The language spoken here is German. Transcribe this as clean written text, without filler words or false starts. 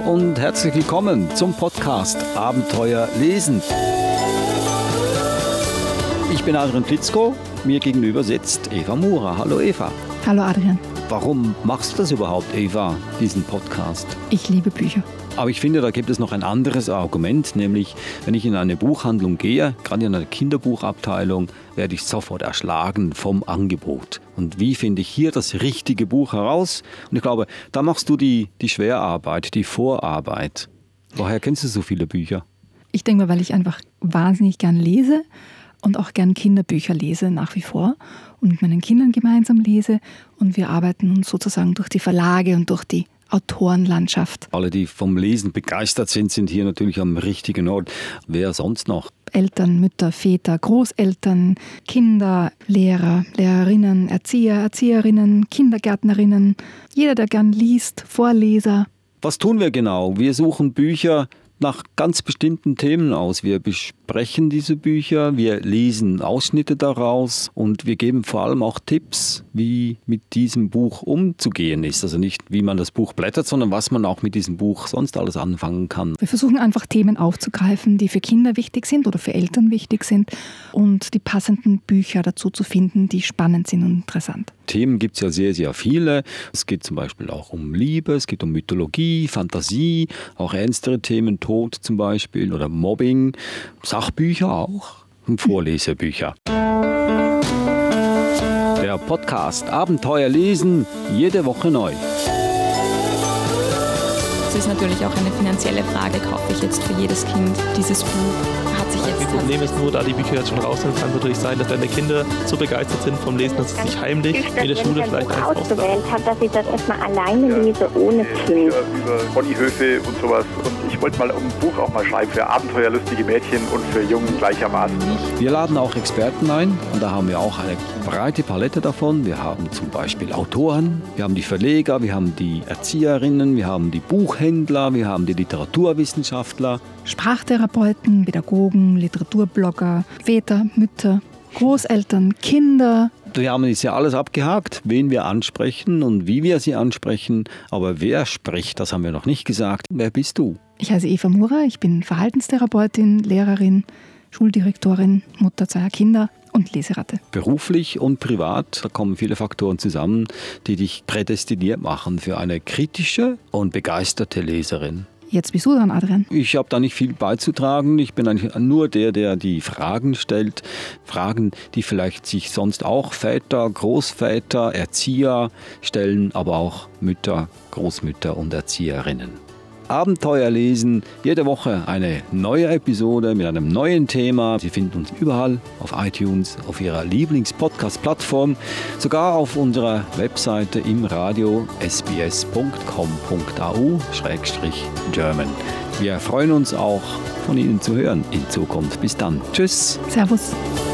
und herzlich willkommen zum Podcast Abenteuer lesen. Ich bin Adrian Plitzko, mir gegenüber sitzt Eva Murer. Hallo Eva. Hallo Adrian. Warum machst du das überhaupt, Eva, diesen Podcast? Ich liebe Bücher. Aber ich finde, da gibt es noch ein anderes Argument, nämlich wenn ich in eine Buchhandlung gehe, gerade in eine Kinderbuchabteilung, werde ich sofort erschlagen vom Angebot. Und wie finde ich hier das richtige Buch heraus? Und ich glaube, da machst du die Schwerarbeit, die Vorarbeit. Woher kennst du so viele Bücher? Ich denke mal, weil ich einfach wahnsinnig gern lese und auch gern Kinderbücher lese nach wie vor und mit meinen Kindern gemeinsam lese. Und wir arbeiten uns sozusagen durch die Verlage und durch die Autorenlandschaft. Alle, die vom Lesen begeistert sind hier natürlich am richtigen Ort. Wer sonst noch? Eltern, Mütter, Väter, Großeltern, Kinder, Lehrer, Lehrerinnen, Erzieher, Erzieherinnen, Kindergärtnerinnen. Jeder, der gern liest, Vorleser. Was tun wir genau? Wir suchen Bücher nach ganz bestimmten Themen aus. Wir besprechen diese Bücher, wir lesen Ausschnitte daraus und wir geben vor allem auch Tipps, wie mit diesem Buch umzugehen ist. Also nicht, wie man das Buch blättert, sondern was man auch mit diesem Buch sonst alles anfangen kann. Wir versuchen einfach Themen aufzugreifen, die für Kinder wichtig sind oder für Eltern wichtig sind und die passenden Bücher dazu zu finden, die spannend sind und interessant. Themen gibt es ja sehr, sehr viele. Es geht zum Beispiel auch um Liebe, es geht um Mythologie, Fantasie, auch ernstere Themen, Tod zum Beispiel oder Mobbing, Sachbücher auch und Vorlesebücher. Der Podcast Abenteuer lesen, jede Woche neu. Es ist natürlich auch eine finanzielle Frage, kaufe ich jetzt für jedes Kind dieses Buch? Das Problem ist nur, da die Bücher jetzt schon raus sind, kann es natürlich sein, dass deine Kinder so begeistert sind vom Lesen, dass sie sich heimlich in der Schule vielleicht eins ausgewählt habe, dass ich das erstmal alleine lese, ohne Kind. Über Ponyhöfe und sowas. Und ich wollte mal ein Buch auch mal schreiben für abenteuerlustige Mädchen und für Jungen gleichermaßen. Wir laden auch Experten ein und da haben wir auch eine breite Palette davon. Wir haben zum Beispiel Autoren, wir haben die Verleger, wir haben die Erzieherinnen, wir haben die Buchhändler, wir haben die Literaturwissenschaftler. Sprachtherapeuten, Pädagogen, Literaturblogger, Väter, Mütter, Großeltern, Kinder. Wir haben jetzt ja alles abgehakt, wen wir ansprechen und wie wir sie ansprechen. Aber wer spricht, das haben wir noch nicht gesagt. Wer bist du? Ich heiße Eva Murer, ich bin Verhaltenstherapeutin, Lehrerin, Schuldirektorin, Mutter zweier Kinder und Leseratte. Beruflich und privat, da kommen viele Faktoren zusammen, die dich prädestiniert machen für eine kritische und begeisterte Leserin. Jetzt bist du dran, Adrian. Ich habe da nicht viel beizutragen. Ich bin eigentlich nur der die Fragen stellt. Fragen, die vielleicht sich sonst auch Väter, Großväter, Erzieher stellen, aber auch Mütter, Großmütter und Erzieherinnen. Abenteuer lesen, jede Woche eine neue Episode mit einem neuen Thema. Sie finden uns überall auf iTunes, auf Ihrer Lieblings-Podcast-Plattform, sogar auf unserer Webseite im Radio sbs.com.au/German. Wir freuen uns auch, von Ihnen zu hören in Zukunft. Bis dann. Tschüss. Servus.